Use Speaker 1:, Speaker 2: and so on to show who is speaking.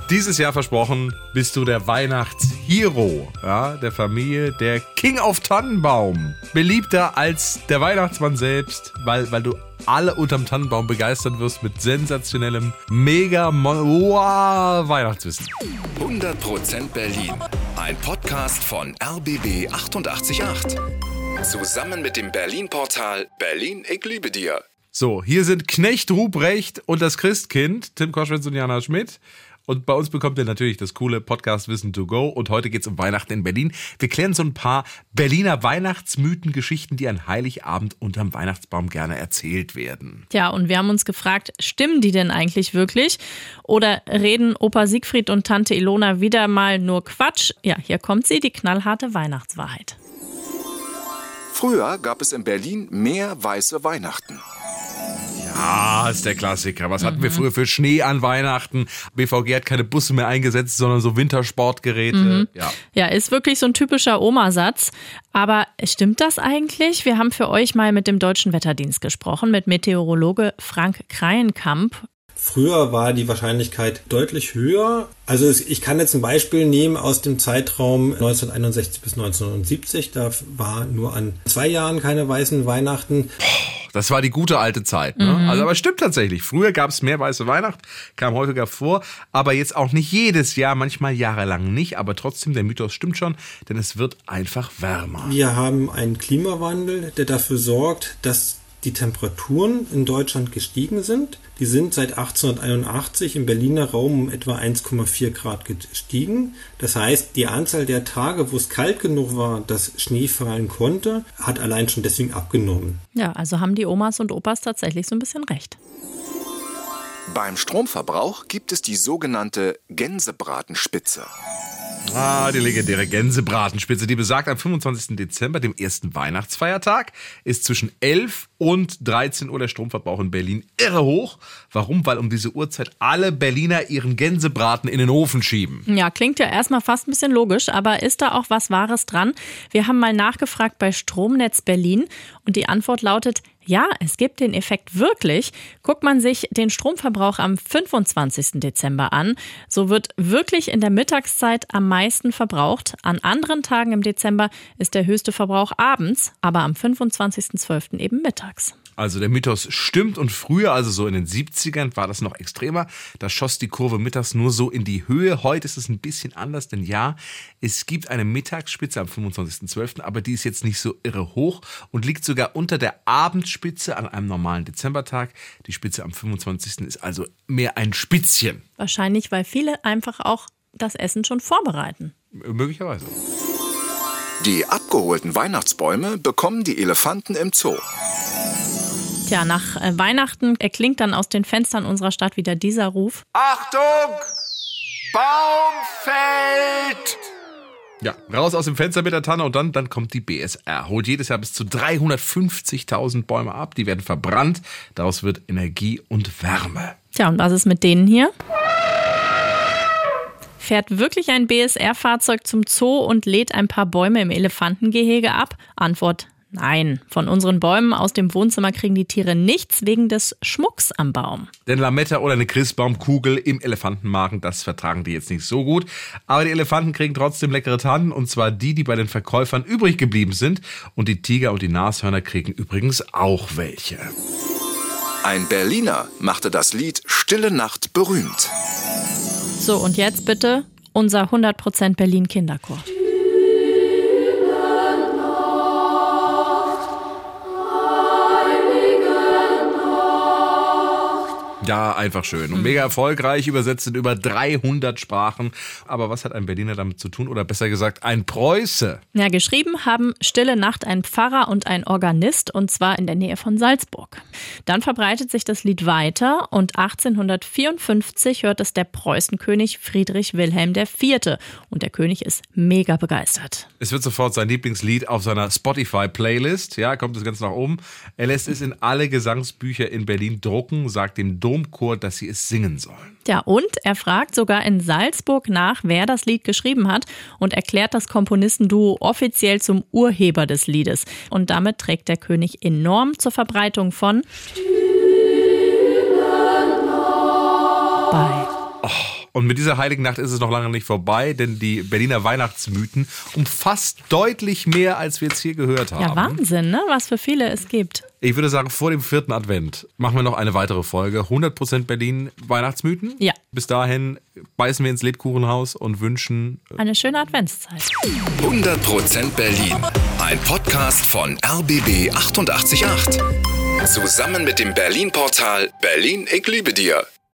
Speaker 1: Dieses Jahr versprochen, bist du der Weihnachtshero, ja, der Familie, der King of Tannenbaum. Beliebter als der Weihnachtsmann selbst, weil du alle unterm Tannenbaum begeistern wirst mit sensationellem Weihnachtswissen.
Speaker 2: 100% Berlin. Ein Podcast von RBB 888. Zusammen mit dem Berlin-Portal Berlin, ich liebe dir.
Speaker 1: So, hier sind Knecht Ruprecht und das Christkind, Tim Koschwitz und Jana Schmidt. Und bei uns bekommt ihr natürlich das coole Podcast-Wissen to go. Und heute geht es um Weihnachten in Berlin. Wir klären so ein paar Berliner Weihnachtsmythen-Geschichten, die an Heiligabend unterm Weihnachtsbaum gerne erzählt werden.
Speaker 3: Ja, und wir haben uns gefragt, stimmen die denn eigentlich wirklich? Oder reden Opa Siegfried und Tante Ilona wieder mal nur Quatsch? Ja, hier kommt sie, die knallharte Weihnachtswahrheit.
Speaker 2: Früher gab es in Berlin mehr weiße Weihnachten.
Speaker 1: Ja, ist der Klassiker. Was hatten wir früher für Schnee an Weihnachten? BVG hat keine Busse mehr eingesetzt, sondern so Wintersportgeräte.
Speaker 3: Ja, ist wirklich so ein typischer Omasatz. Aber stimmt das eigentlich? Wir haben für euch mal mit dem Deutschen Wetterdienst gesprochen, mit Meteorologe Frank Kreienkamp.
Speaker 4: Früher war die Wahrscheinlichkeit deutlich höher. Also ich kann jetzt ein Beispiel nehmen aus dem Zeitraum 1961 bis 1970. Da war nur an 2 Jahren keine weißen Weihnachten.
Speaker 1: Das war die gute alte Zeit. Ne? Also, aber stimmt tatsächlich. Früher gab es mehr weiße Weihnacht, kam häufiger vor, aber jetzt auch nicht jedes Jahr, manchmal jahrelang nicht. Aber trotzdem, der Mythos stimmt schon, denn es wird einfach wärmer.
Speaker 4: Wir haben einen Klimawandel, der dafür sorgt, dass die Temperaturen in Deutschland gestiegen sind. Die sind seit 1881 im Berliner Raum um etwa 1,4 Grad gestiegen. Das heißt, die Anzahl der Tage, wo es kalt genug war, dass Schnee fallen konnte, hat allein schon deswegen abgenommen.
Speaker 3: Ja, also haben die Omas und Opas tatsächlich so ein bisschen recht.
Speaker 2: Beim Stromverbrauch gibt es die sogenannte Gänsebratenspitze.
Speaker 1: Die legendäre Gänsebratenspitze, die besagt, am 25. Dezember, dem ersten Weihnachtsfeiertag, ist zwischen 11 und 13 Uhr der Stromverbrauch in Berlin irre hoch. Warum? Weil um diese Uhrzeit alle Berliner ihren Gänsebraten in den Ofen schieben.
Speaker 3: Ja, klingt ja erstmal fast ein bisschen logisch, aber ist da auch was Wahres dran? Wir haben mal nachgefragt bei Stromnetz Berlin und die Antwort lautet: Ja, es gibt den Effekt wirklich. Guckt man sich den Stromverbrauch am 25. Dezember an, so wird wirklich in der Mittagszeit am meisten verbraucht. An anderen Tagen im Dezember ist der höchste Verbrauch abends, aber am 25.12. eben mittags.
Speaker 1: Also der Mythos stimmt und früher, also so in den 70ern, war das noch extremer. Da schoss die Kurve mittags nur so in die Höhe. Heute ist es ein bisschen anders, denn ja, es gibt eine Mittagsspitze am 25.12., aber die ist jetzt nicht so irre hoch und liegt sogar unter der Abendspitze an einem normalen Dezembertag. Die Spitze am 25. ist also mehr ein Spitzchen.
Speaker 3: Wahrscheinlich, weil viele einfach auch das Essen schon vorbereiten.
Speaker 1: Möglicherweise.
Speaker 2: Die abgeholten Weihnachtsbäume bekommen die Elefanten im Zoo.
Speaker 3: Tja, nach Weihnachten erklingt dann aus den Fenstern unserer Stadt wieder dieser Ruf:
Speaker 2: Achtung! Baum fällt!
Speaker 1: Ja, raus aus dem Fenster mit der Tanne und dann kommt die BSR. Holt jedes Jahr bis zu 350.000 Bäume ab. Die werden verbrannt. Daraus wird Energie und Wärme.
Speaker 3: Tja, und was ist mit denen hier? Fährt wirklich ein BSR-Fahrzeug zum Zoo und lädt ein paar Bäume im Elefantengehege ab? Antwort: Nein, von unseren Bäumen aus dem Wohnzimmer kriegen die Tiere nichts wegen des Schmucks am Baum.
Speaker 1: Denn Lametta oder eine Christbaumkugel im Elefantenmagen, das vertragen die jetzt nicht so gut. Aber die Elefanten kriegen trotzdem leckere Tannen, und zwar die bei den Verkäufern übrig geblieben sind. Und die Tiger und die Nashörner kriegen übrigens auch welche.
Speaker 2: Ein Berliner machte das Lied Stille Nacht berühmt.
Speaker 3: So, und jetzt bitte unser 100% Berlin Kinderchor.
Speaker 1: Ja, einfach schön. Und mega erfolgreich, übersetzt in über 300 Sprachen. Aber was hat ein Berliner damit zu tun? Oder besser gesagt, ein Preuße?
Speaker 3: Ja, geschrieben haben Stille Nacht ein Pfarrer und ein Organist, und zwar in der Nähe von Salzburg. Dann verbreitet sich das Lied weiter und 1854 hört es der Preußenkönig Friedrich Wilhelm IV. Und der König ist mega begeistert.
Speaker 1: Es wird sofort sein Lieblingslied auf seiner Spotify-Playlist. Ja, kommt es ganz nach oben. Er lässt es in alle Gesangsbücher in Berlin drucken, sagt dem Domchor, dass sie es singen sollen.
Speaker 3: Ja, und er fragt sogar in Salzburg nach, wer das Lied geschrieben hat, und erklärt das Komponistenduo offiziell zum Urheber des Liedes. Und damit trägt der König enorm zur Verbreitung von bei.
Speaker 1: Und mit dieser heiligen Nacht ist es noch lange nicht vorbei, denn die Berliner Weihnachtsmythen umfasst deutlich mehr, als wir jetzt hier gehört haben.
Speaker 3: Ja, Wahnsinn, ne? Was für viele es gibt.
Speaker 1: Ich würde sagen, vor dem 4. Advent machen wir noch eine weitere Folge. 100% Berlin Weihnachtsmythen.
Speaker 3: Ja.
Speaker 1: Bis dahin beißen wir ins Lebkuchenhaus und wünschen
Speaker 3: eine schöne Adventszeit.
Speaker 2: 100% Berlin. Ein Podcast von RBB 888. Zusammen mit dem Berlin-Portal Berlin, ich liebe dir.